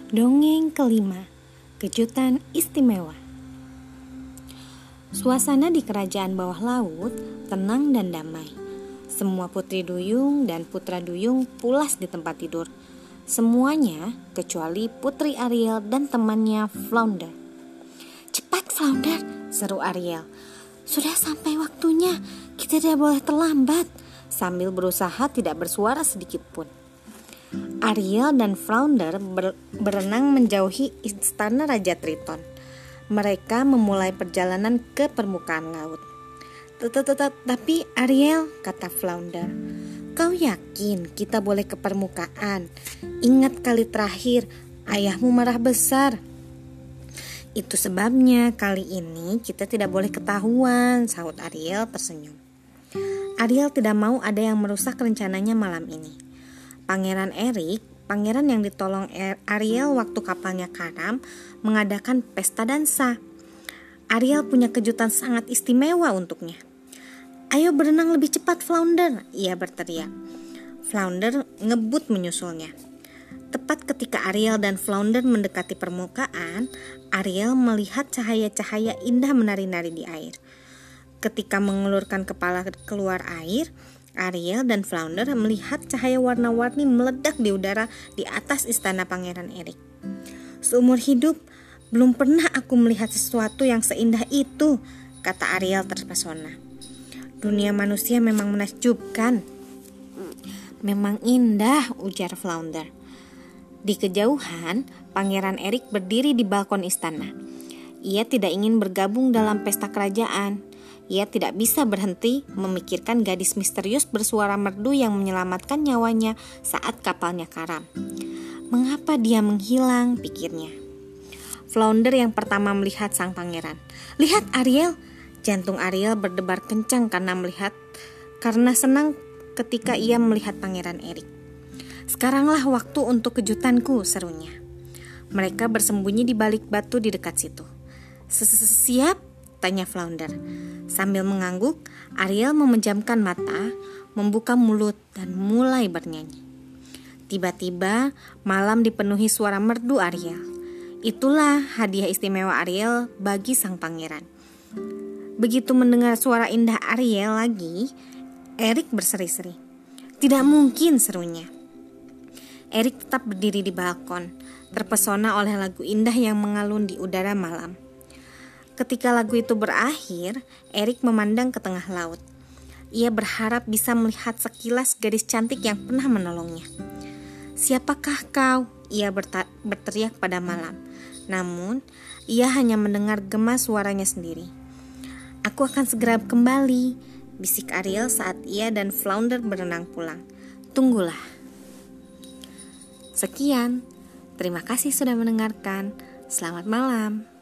Dongeng kelima, Kejutan Istimewa. Suasana di kerajaan bawah laut tenang dan damai. Semua putri duyung dan putra duyung pulas di tempat tidur. Semuanya kecuali Putri Ariel dan temannya Flounder. "Cepat Flounder," seru Ariel. "Sudah sampai waktunya, kita tidak boleh terlambat," sambil berusaha tidak bersuara sedikit pun. Ariel dan Flounder berenang menjauhi istana Raja Triton. Mereka memulai perjalanan ke permukaan laut. "Tapi Ariel," kata Flounder, "kau yakin kita boleh ke permukaan? Ingat kali terakhir, ayahmu marah besar." "Itu sebabnya kali ini kita tidak boleh ketahuan," sahut Ariel tersenyum. Ariel tidak mau ada yang merusak rencananya malam ini. Pangeran Erik, pangeran yang ditolong Ariel waktu kapalnya karam, mengadakan pesta dansa. Ariel punya kejutan sangat istimewa untuknya. "Ayo berenang lebih cepat Flounder," ia berteriak. Flounder ngebut menyusulnya. Tepat ketika Ariel dan Flounder mendekati permukaan, Ariel melihat cahaya-cahaya indah menari-nari di air. Ketika mengulurkan kepala keluar air, Ariel dan Flounder melihat cahaya warna-warni meledak di udara di atas istana Pangeran Erik. "Seumur hidup, belum pernah aku melihat sesuatu yang seindah itu," kata Ariel terpesona. "Dunia manusia memang menakjubkan." "Memang indah," ujar Flounder. Di kejauhan, Pangeran Erik berdiri di balkon istana. Ia tidak ingin bergabung dalam pesta kerajaan. Ia tidak bisa berhenti memikirkan gadis misterius bersuara merdu yang menyelamatkan nyawanya saat kapalnya karam. Mengapa dia menghilang, pikirnya. Flounder yang pertama melihat sang pangeran. "Lihat Ariel!" Jantung Ariel berdebar kencang karena senang ketika ia melihat Pangeran Erik. "Sekaranglah waktu untuk kejutanku," serunya. Mereka bersembunyi di balik batu di dekat situ. "Siap?" tanya Flounder. Sambil mengangguk, Ariel memejamkan mata, membuka mulut, dan mulai bernyanyi. Tiba-tiba, malam dipenuhi suara merdu Ariel. Itulah hadiah istimewa Ariel bagi sang pangeran. Begitu mendengar suara indah Ariel lagi, Erik berseri-seri. "Tidak mungkin," serunya. Erik tetap berdiri di balkon, terpesona oleh lagu indah yang mengalun di udara malam. Ketika lagu itu berakhir, Erik memandang ke tengah laut. Ia berharap bisa melihat sekilas gadis cantik yang pernah menolongnya. "Siapakah kau?" ia berteriak pada malam. Namun, ia hanya mendengar gema suaranya sendiri. "Aku akan segera kembali," bisik Ariel saat ia dan Flounder berenang pulang. "Tunggulah." Sekian, terima kasih sudah mendengarkan. Selamat malam.